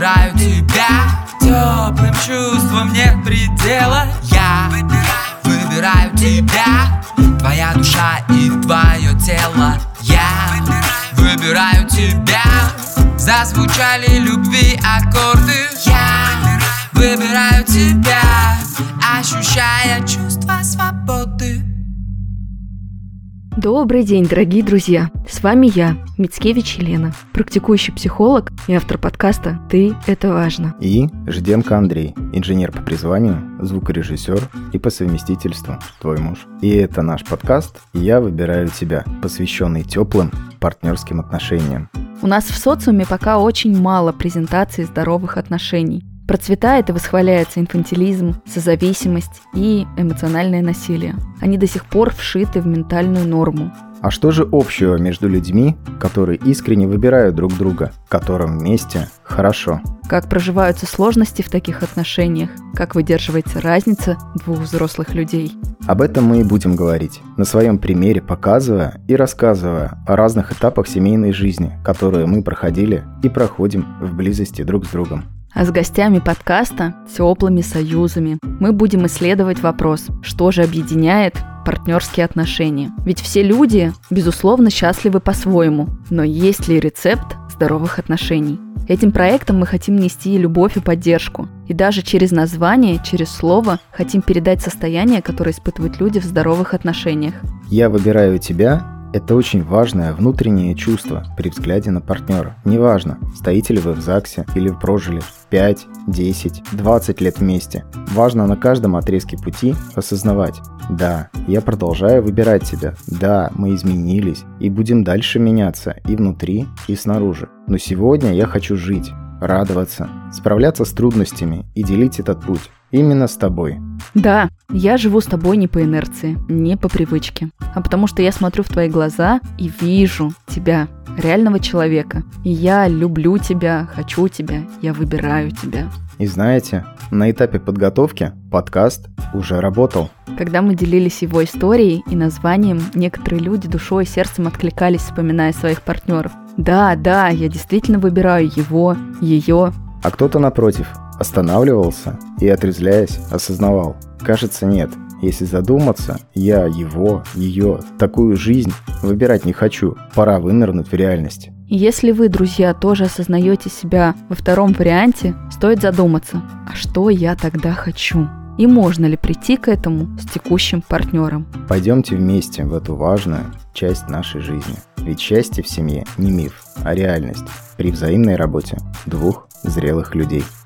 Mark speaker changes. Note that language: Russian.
Speaker 1: выбираю тебя. Теплым чувством нет предела. Я выбираю тебя. Твоя душа и твое тело. Я выбираю тебя. Зазвучали любви аккорды. Я выбираю тебя, ощущая чувство свободы.
Speaker 2: Добрый день, дорогие друзья! С вами я, Мицкевич Елена, практикующий психолог и автор подкаста «Ты – это важно».
Speaker 3: И Жденко Андрей, инженер по призванию, звукорежиссер и по совместительству твой муж. И это наш подкаст «Я выбираю тебя», посвященный теплым партнерским отношениям.
Speaker 2: У нас в социуме пока очень мало презентаций здоровых отношений. Процветает и восхваляется инфантилизм, созависимость и эмоциональное насилие. Они до сих пор вшиты в ментальную норму.
Speaker 3: А что же общего между людьми, которые искренне выбирают друг друга, которым вместе хорошо?
Speaker 2: Как проживаются сложности в таких отношениях? Как выдерживается разница двух взрослых людей?
Speaker 3: Об этом мы и будем говорить, на своем примере показывая и рассказывая о разных этапах семейной жизни, которые мы проходили и проходим в близости друг с другом.
Speaker 2: А с гостями подкаста, теплыми союзами, мы будем исследовать вопрос, что же объединяет партнерские отношения. Ведь все люди, безусловно, счастливы по-своему, но есть ли рецепт здоровых отношений? Этим проектом мы хотим нести любовь и поддержку. И даже через название, через слово хотим передать состояние, которое испытывают люди в здоровых отношениях.
Speaker 3: «Я выбираю тебя» — это очень важное внутреннее чувство при взгляде на партнера. Неважно, стоите ли вы в ЗАГСе или прожили 5, 10, 20 лет вместе. Важно на каждом отрезке пути осознавать: да, я продолжаю выбирать тебя, да, мы изменились и будем дальше меняться и внутри, и снаружи. Но сегодня я хочу жить, радоваться, справляться с трудностями и делить этот путь именно с тобой.
Speaker 2: Да, я живу с тобой не по инерции, не по привычке, а потому что я смотрю в твои глаза и вижу тебя, реального человека. И я люблю тебя, хочу тебя, я выбираю тебя.
Speaker 3: И знаете, на этапе подготовки подкаст уже работал.
Speaker 2: Когда мы делились его историей и названием, некоторые люди душой и сердцем откликались, вспоминая своих партнеров. Да, я действительно выбираю его, ее.
Speaker 3: А кто-то, напротив, останавливался и, отрезвляясь, осознавал: кажется, нет. Если задуматься, я его, ее, такую жизнь выбирать не хочу. Пора вынырнуть в реальность.
Speaker 2: И если вы, друзья, тоже осознаете себя во втором варианте, стоит задуматься, а что я тогда хочу? И можно ли прийти к этому с текущим партнером?
Speaker 3: Пойдемте вместе в эту важную часть нашей жизни. Ведь счастье в семье не миф, а реальность при взаимной работе двух зрелых людей.